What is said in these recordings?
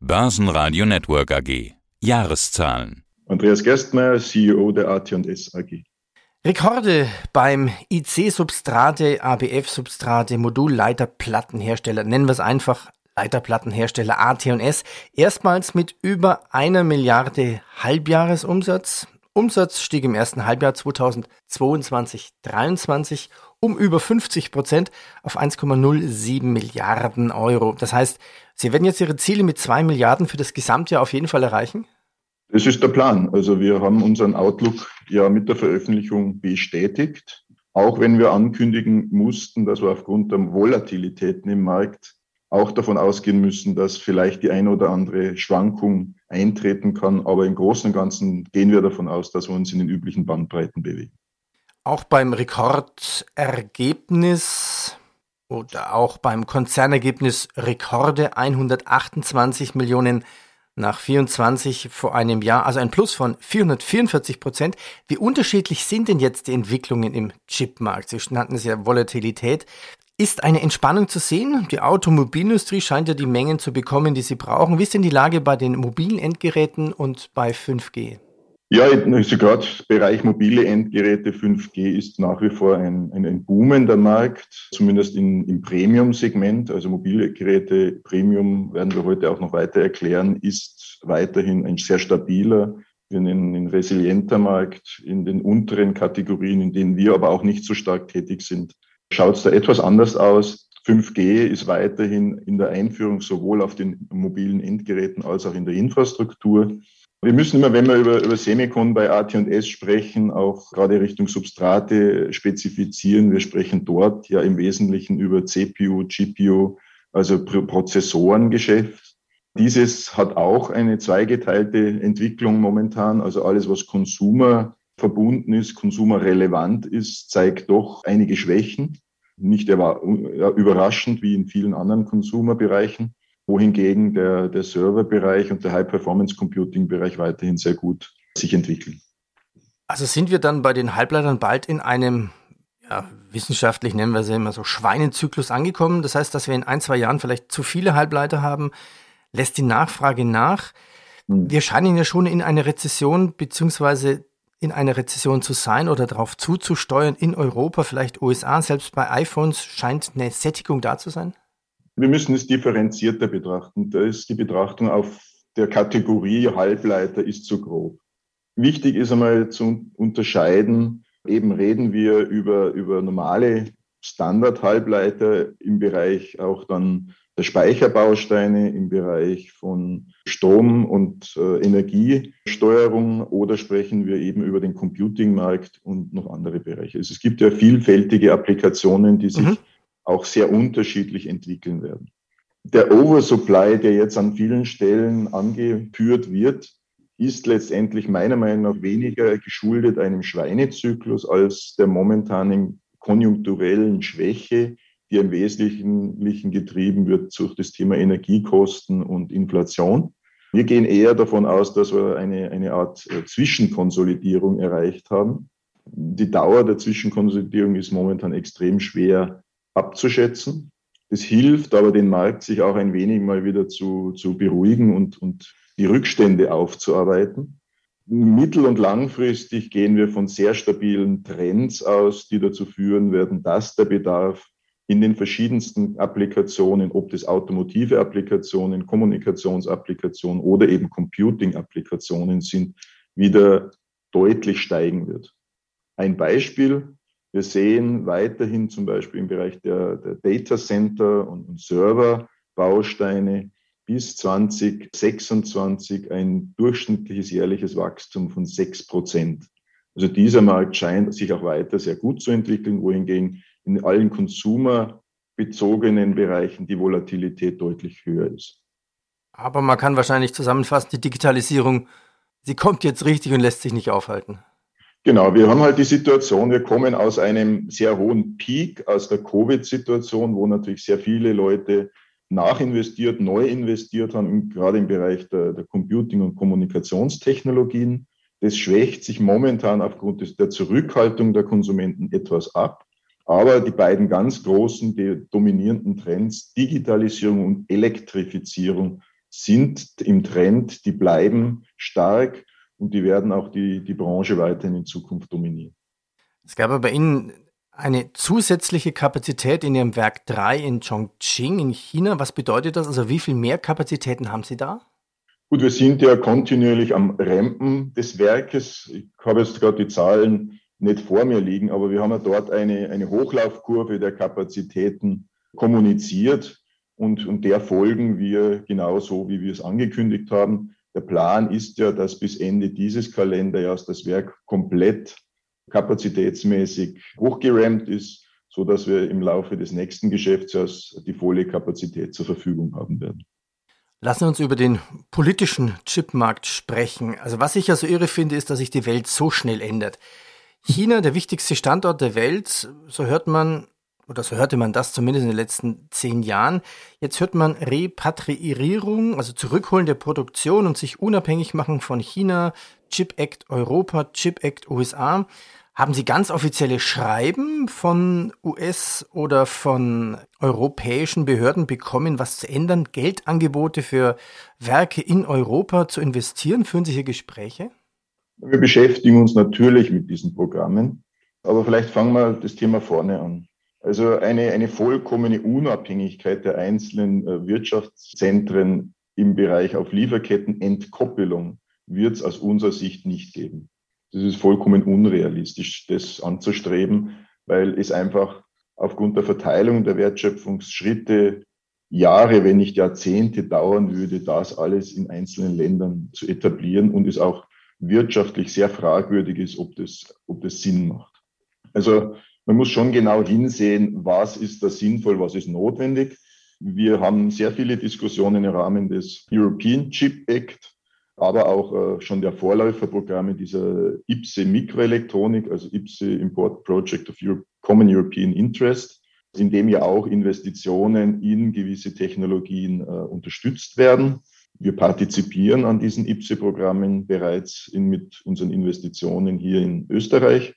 Börsenradio Network AG. Jahreszahlen. Andreas Gerstmeier, CEO der AT&S AG. Rekorde beim IC-Substrate, ABF-Substrate, Modulleiterplattenhersteller, nennen wir es einfach Leiterplattenhersteller AT&S, erstmals mit über 1 Milliarde Halbjahresumsatz. Umsatz stieg im ersten Halbjahr 2022/23 um über 50% auf 1,07 Milliarden Euro. Das heißt, Sie werden jetzt Ihre Ziele mit 2 Milliarden für das Gesamtjahr auf jeden Fall erreichen? Das ist der Plan. Also wir haben unseren Outlook ja mit der Veröffentlichung bestätigt, auch wenn wir ankündigen mussten, dass wir aufgrund der Volatilitäten im Markt auch davon ausgehen müssen, dass vielleicht die eine oder andere Schwankung eintreten kann. Aber im Großen und Ganzen gehen wir davon aus, dass wir uns in den üblichen Bandbreiten bewegen. Auch beim Rekordergebnis oder auch beim Konzernergebnis Rekorde 128 Millionen nach 24 vor einem Jahr, also ein Plus von 444%. Wie unterschiedlich sind denn jetzt die Entwicklungen im Chipmarkt? Sie nannten es ja Volatilität. Ist eine Entspannung zu sehen? Die Automobilindustrie scheint ja die Mengen zu bekommen, die sie brauchen. Wie ist denn die Lage bei den mobilen Endgeräten und bei 5G? Ja, also gerade Bereich mobile Endgeräte 5G ist nach wie vor ein boomender Markt, zumindest im Premium-Segment. Also mobile Geräte Premium, werden wir heute auch noch weiter erklären, ist weiterhin ein sehr stabiler, ein resilienter Markt. In den unteren Kategorien, in denen wir aber auch nicht so stark tätig sind, schaut es da etwas anders aus. 5G ist weiterhin in der Einführung sowohl auf den mobilen Endgeräten als auch in der Infrastruktur. Wir müssen immer, wenn wir über Semicon bei AT&S sprechen, auch gerade Richtung Substrate spezifizieren. Wir sprechen dort ja im Wesentlichen über CPU, GPU, also Prozessorengeschäft. Dieses hat auch eine zweigeteilte Entwicklung momentan. Also alles, was Consumer verbunden ist, Consumer relevant ist, zeigt doch einige Schwächen. Nicht überraschend wie in vielen anderen Consumer-Bereichen, wohingegen der Serverbereich und der High-Performance-Computing-Bereich weiterhin sehr gut sich entwickeln. Also sind wir dann bei den Halbleitern bald in einem, wissenschaftlich nennen wir es ja immer so, Schweinezyklus angekommen? Das heißt, dass wir in 1-2 Jahren vielleicht zu viele Halbleiter haben, lässt die Nachfrage nach. Wir scheinen ja schon in eine Rezession beziehungsweise in einer Rezession zu sein oder darauf zuzusteuern in Europa, vielleicht USA, selbst bei iPhones scheint eine Sättigung da zu sein? Wir müssen es differenzierter betrachten. Da ist die Betrachtung auf der Kategorie Halbleiter ist zu grob. Wichtig ist einmal zu unterscheiden, eben reden wir über normale Standard-Halbleiter im Bereich auch dann der Speicherbausteine, im Bereich von Strom- und Energiesteuerung, oder sprechen wir eben über den Computing-Markt und noch andere Bereiche. Also es gibt ja vielfältige Applikationen, die sich auch sehr unterschiedlich entwickeln werden. Der Oversupply, der jetzt an vielen Stellen angeführt wird, ist letztendlich meiner Meinung nach weniger geschuldet einem Schweinezyklus als der momentanen konjunkturellen Schwäche, die im Wesentlichen getrieben wird durch das Thema Energiekosten und Inflation. Wir gehen eher davon aus, dass wir eine Art Zwischenkonsolidierung erreicht haben. Die Dauer der Zwischenkonsolidierung ist momentan extrem schwer abzuschätzen. Das hilft aber den Markt, sich auch ein wenig mal wieder zu beruhigen und die Rückstände aufzuarbeiten. Mittel- und langfristig gehen wir von sehr stabilen Trends aus, die dazu führen werden, dass der Bedarf in den verschiedensten Applikationen, ob das automotive Applikationen, Kommunikationsapplikationen oder eben Computing-Applikationen sind, wieder deutlich steigen wird. Ein Beispiel: Wir sehen weiterhin zum Beispiel im Bereich der Data Center und Serverbausteine bis 2026 ein durchschnittliches jährliches Wachstum von 6%. Also dieser Markt scheint sich auch weiter sehr gut zu entwickeln, wohingegen in allen consumerbezogenen Bereichen die Volatilität deutlich höher ist. Aber man kann wahrscheinlich zusammenfassen, die Digitalisierung, sie kommt jetzt richtig und lässt sich nicht aufhalten. Genau, wir haben halt die Situation, wir kommen aus einem sehr hohen Peak, aus der Covid-Situation, wo natürlich sehr viele Leute nachinvestiert, neu investiert haben, gerade im Bereich der Computing- und Kommunikationstechnologien. Das schwächt sich momentan aufgrund der Zurückhaltung der Konsumenten etwas ab. Aber die beiden ganz großen, die dominierenden Trends, Digitalisierung und Elektrifizierung, sind im Trend, die bleiben stark und die werden auch die Branche weiterhin in Zukunft dominieren. Es gab aber bei Ihnen eine zusätzliche Kapazität in Ihrem Werk 3 in Chongqing in China. Was bedeutet das? Also wie viel mehr Kapazitäten haben Sie da? Gut, wir sind ja kontinuierlich am Rampen des Werkes. Ich habe jetzt gerade die Zahlen nicht vor mir liegen, aber wir haben ja dort eine Hochlaufkurve der Kapazitäten kommuniziert und der folgen wir genauso, wie wir es angekündigt haben. Der Plan ist ja, dass bis Ende dieses Kalenderjahres das Werk komplett kapazitätsmäßig hochgerampt ist, so dass wir im Laufe des nächsten Geschäftsjahres die volle Kapazität zur Verfügung haben werden. Lassen wir uns über den politischen Chipmarkt sprechen. Also was ich ja so irre finde, ist, dass sich die Welt so schnell ändert. China, der wichtigste Standort der Welt, so hörte man das zumindest in den letzten 10 Jahren. Jetzt hört man Repatriierung, also Zurückholen der Produktion und sich unabhängig machen von China, Chip Act Europa, Chip Act USA. Haben Sie ganz offizielle Schreiben von US- oder von europäischen Behörden bekommen, was zu ändern, Geldangebote für Werke in Europa zu investieren? Führen Sie hier Gespräche? Wir beschäftigen uns natürlich mit diesen Programmen, aber vielleicht fangen wir das Thema vorne an. Also eine vollkommene Unabhängigkeit der einzelnen Wirtschaftszentren im Bereich auf Lieferketten-Entkoppelung wird es aus unserer Sicht nicht geben. Das ist vollkommen unrealistisch, das anzustreben, weil es einfach aufgrund der Verteilung der Wertschöpfungsschritte Jahre, wenn nicht Jahrzehnte dauern würde, das alles in einzelnen Ländern zu etablieren und es auch wirtschaftlich sehr fragwürdig ist, ob das Sinn macht. Also man muss schon genau hinsehen, was ist da sinnvoll, was ist notwendig. Wir haben sehr viele Diskussionen im Rahmen des European Chip Act, aber auch schon der Vorläuferprogramme dieser IPCEI Mikroelektronik, also IPCEI Import Project of Common European Interest, in dem ja auch Investitionen in gewisse Technologien unterstützt werden. Wir partizipieren an diesen IPCEI-Programmen bereits mit unseren Investitionen hier in Österreich.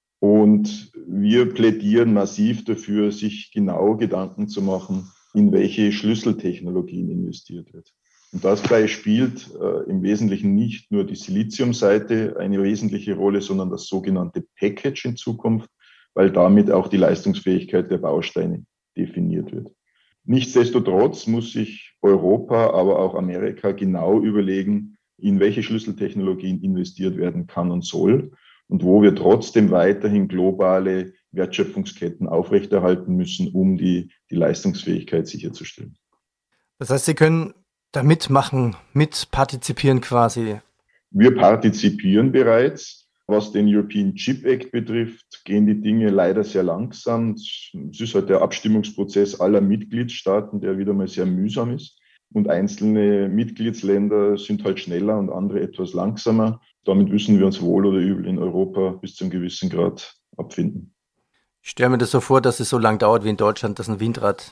Und wir plädieren massiv dafür, sich genau Gedanken zu machen, in welche Schlüsseltechnologien investiert wird. Und dabei spielt im Wesentlichen nicht nur die Siliziumseite eine wesentliche Rolle, sondern das sogenannte Package in Zukunft, weil damit auch die Leistungsfähigkeit der Bausteine definiert wird. Nichtsdestotrotz muss sich Europa, aber auch Amerika genau überlegen, in welche Schlüsseltechnologien investiert werden kann und soll und wo wir trotzdem weiterhin globale Wertschöpfungsketten aufrechterhalten müssen, um die Leistungsfähigkeit sicherzustellen. Das heißt, Sie können da mitmachen, mitpartizipieren quasi. Wir partizipieren bereits. Was den European Chip Act betrifft, gehen die Dinge leider sehr langsam. Es ist halt der Abstimmungsprozess aller Mitgliedstaaten, der wieder mal sehr mühsam ist. Und einzelne Mitgliedsländer sind halt schneller und andere etwas langsamer. Damit müssen wir uns wohl oder übel in Europa bis zu einem gewissen Grad abfinden. Ich stelle mir das so vor, dass es so lang dauert wie in Deutschland, dass ein Windrad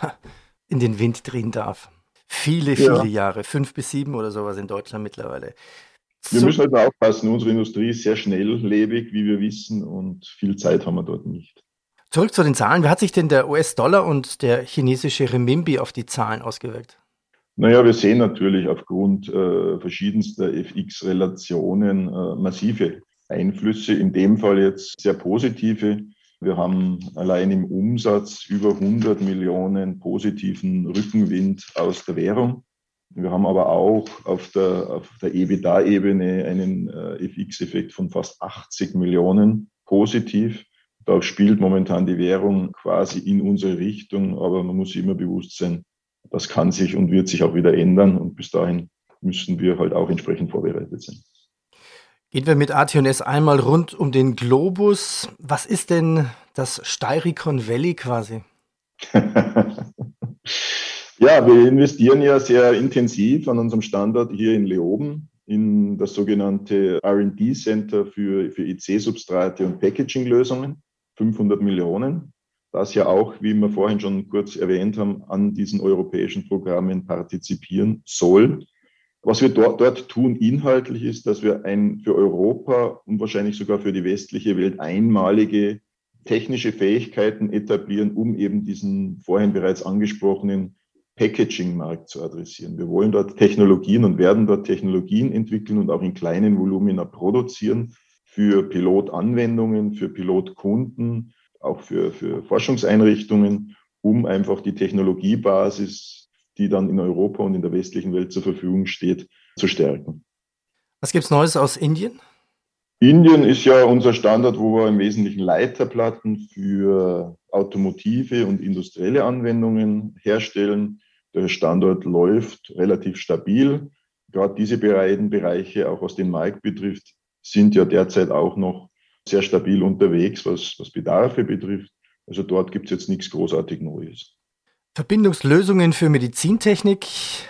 in den Wind drehen darf. Viele Jahre, 5 bis 7 oder sowas in Deutschland mittlerweile. Wir müssen halt mal aufpassen, unsere Industrie ist sehr schnelllebig, wie wir wissen, und viel Zeit haben wir dort nicht. Zurück zu den Zahlen. Wie hat sich denn der US-Dollar und der chinesische Renminbi auf die Zahlen ausgewirkt? Naja, wir sehen natürlich aufgrund verschiedenster FX-Relationen massive Einflüsse, in dem Fall jetzt sehr positive. Wir haben allein im Umsatz über 100 Millionen positiven Rückenwind aus der Währung. Wir haben aber auch auf der EBITDA-Ebene einen FX-Effekt von fast 80 Millionen positiv. Da spielt momentan die Währung quasi in unsere Richtung, aber man muss sich immer bewusst sein, das kann sich und wird sich auch wieder ändern und bis dahin müssen wir halt auch entsprechend vorbereitet sein. Gehen wir mit AT&S einmal rund um den Globus. Was ist denn das Steirikon Valley quasi? Ja, wir investieren ja sehr intensiv an unserem Standort hier in Leoben in das sogenannte R&D Center für IC-Substrate und Packaging-Lösungen, 500 Millionen. Das ja auch, wie wir vorhin schon kurz erwähnt haben, an diesen europäischen Programmen partizipieren soll. Was wir dort tun inhaltlich ist, dass wir ein für Europa und wahrscheinlich sogar für die westliche Welt einmalige technische Fähigkeiten etablieren, um eben diesen vorhin bereits angesprochenen Packaging-Markt zu adressieren. Wir wollen dort Technologien und werden dort Technologien entwickeln und auch in kleinen Volumina produzieren für Pilotanwendungen, für Pilotkunden, auch für Forschungseinrichtungen, um einfach die Technologiebasis, die dann in Europa und in der westlichen Welt zur Verfügung steht, zu stärken. Was gibt's Neues aus Indien? Indien ist ja unser Standort, wo wir im Wesentlichen Leiterplatten für automotive und industrielle Anwendungen herstellen. Der Standort läuft relativ stabil. Gerade diese beiden Bereiche, auch was den Markt betrifft, sind ja derzeit auch noch sehr stabil unterwegs, was Bedarfe betrifft. Also dort gibt es jetzt nichts großartig Neues. Verbindungslösungen für Medizintechnik,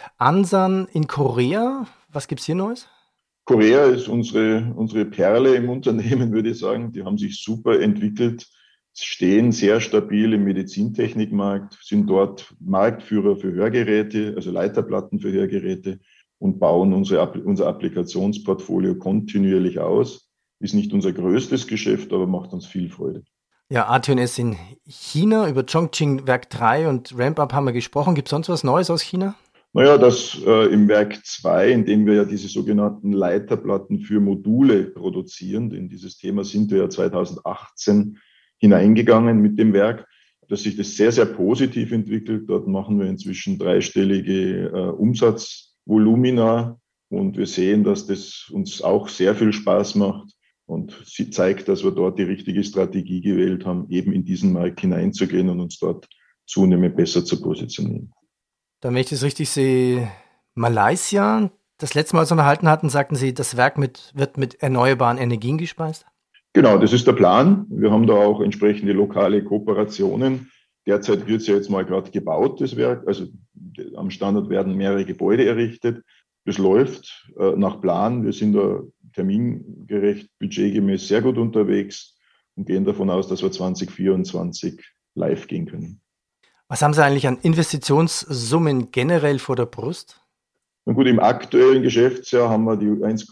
Ansan in Korea. Was gibt's hier Neues? Korea ist unsere Perle im Unternehmen, würde ich sagen. Die haben sich super entwickelt, stehen sehr stabil im Medizintechnikmarkt, sind dort Marktführer für Hörgeräte, also Leiterplatten für Hörgeräte und bauen unser Applikationsportfolio kontinuierlich aus. Ist nicht unser größtes Geschäft, aber macht uns viel Freude. Ja, AT&S in China, über Chongqing Werk 3 und Ramp-Up haben wir gesprochen. Gibt es sonst was Neues aus China? Naja, das im Werk 2, in dem wir ja diese sogenannten Leiterplatten für Module produzieren, in dieses Thema sind wir ja 2018 hineingegangen mit dem Werk, dass sich das sehr, sehr positiv entwickelt. Dort machen wir inzwischen dreistellige Umsatzvolumina und wir sehen, dass das uns auch sehr viel Spaß macht und sie zeigt, dass wir dort die richtige Strategie gewählt haben, eben in diesen Markt hineinzugehen und uns dort zunehmend besser zu positionieren. Dann, wenn ich das richtig sehe, Malaysia, das letzte Mal, als wir unterhalten hatten, sagten Sie, das Werk wird mit erneuerbaren Energien gespeist? Genau, das ist der Plan. Wir haben da auch entsprechende lokale Kooperationen. Derzeit wird es ja jetzt mal gerade gebaut, das Werk. Also am Standort werden mehrere Gebäude errichtet. Das läuft nach Plan. Wir sind da termingerecht, budgetgemäß sehr gut unterwegs und gehen davon aus, dass wir 2024 live gehen können. Was haben Sie eigentlich an Investitionssummen generell vor der Brust? Na gut, im aktuellen Geschäftsjahr haben wir die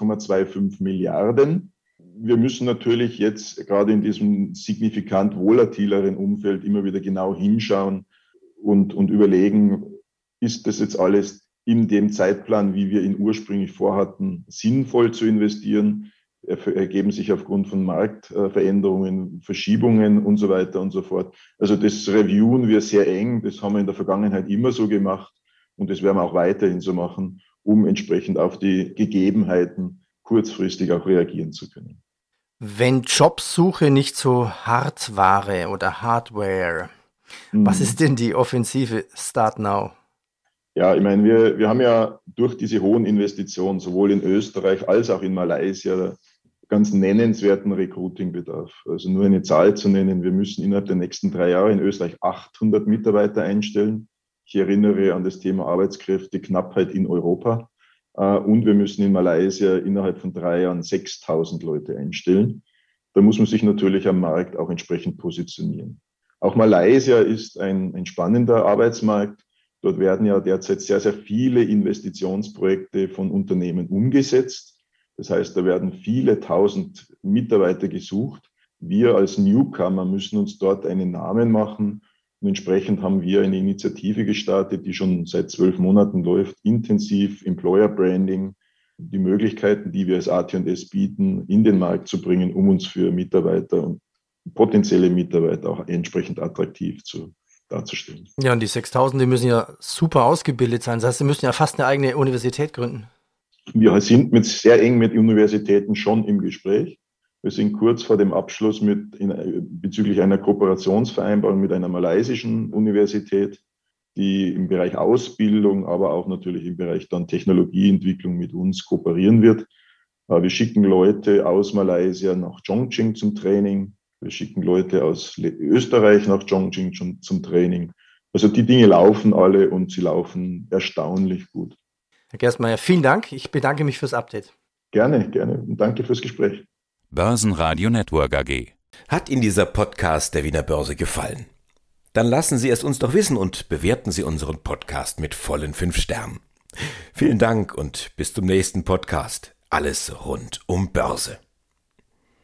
1,25 Milliarden. Wir müssen natürlich jetzt gerade in diesem signifikant volatileren Umfeld immer wieder genau hinschauen und überlegen, ist das jetzt alles in dem Zeitplan, wie wir ihn ursprünglich vorhatten, sinnvoll zu investieren? Ergeben sich aufgrund von Marktveränderungen, Verschiebungen und so weiter und so fort. Also das reviewen wir sehr eng. Das haben wir in der Vergangenheit immer so gemacht und das werden wir auch weiterhin so machen, um entsprechend auf die Gegebenheiten kurzfristig auch reagieren zu können. Wenn Jobsuche nicht so hart wäre oder Hardware, was ist denn die Offensive Start Now? Ja, ich meine, wir haben ja durch diese hohen Investitionen sowohl in Österreich als auch in Malaysia ganz nennenswerten Recruiting-Bedarf. Also nur eine Zahl zu nennen, wir müssen innerhalb der nächsten 3 Jahre in Österreich 800 Mitarbeiter einstellen. Ich erinnere an das Thema Arbeitskräfteknappheit in Europa. Und wir müssen in Malaysia innerhalb von 3 Jahren 6.000 Leute einstellen. Da muss man sich natürlich am Markt auch entsprechend positionieren. Auch Malaysia ist ein spannender Arbeitsmarkt. Dort werden ja derzeit sehr, sehr viele Investitionsprojekte von Unternehmen umgesetzt. Das heißt, da werden viele tausend Mitarbeiter gesucht. Wir als Newcomer müssen uns dort einen Namen machen. Und entsprechend haben wir eine Initiative gestartet, die schon seit 12 Monaten läuft, intensiv Employer Branding, die Möglichkeiten, die wir als AT&S bieten, in den Markt zu bringen, um uns für Mitarbeiter und potenzielle Mitarbeiter auch entsprechend attraktiv darzustellen. Ja, und die 6.000, die müssen ja super ausgebildet sein. Das heißt, sie müssen ja fast eine eigene Universität gründen. Wir sind sehr eng mit Universitäten schon im Gespräch. Wir sind kurz vor dem Abschluss bezüglich einer Kooperationsvereinbarung mit einer malaysischen Universität, die im Bereich Ausbildung, aber auch natürlich im Bereich dann Technologieentwicklung mit uns kooperieren wird. Wir schicken Leute aus Malaysia nach Chongqing zum Training. Wir schicken Leute aus Österreich nach Chongqing zum Training. Also die Dinge laufen alle und sie laufen erstaunlich gut. Herr Gerstmaier, vielen Dank. Ich bedanke mich fürs Update. Gerne, gerne. Und danke fürs Gespräch. Börsenradio Network AG. Hat Ihnen dieser Podcast der Wiener Börse gefallen? Dann lassen Sie es uns doch wissen und bewerten Sie unseren Podcast mit vollen 5 Sternen. Vielen Dank und bis zum nächsten Podcast. Alles rund um Börse.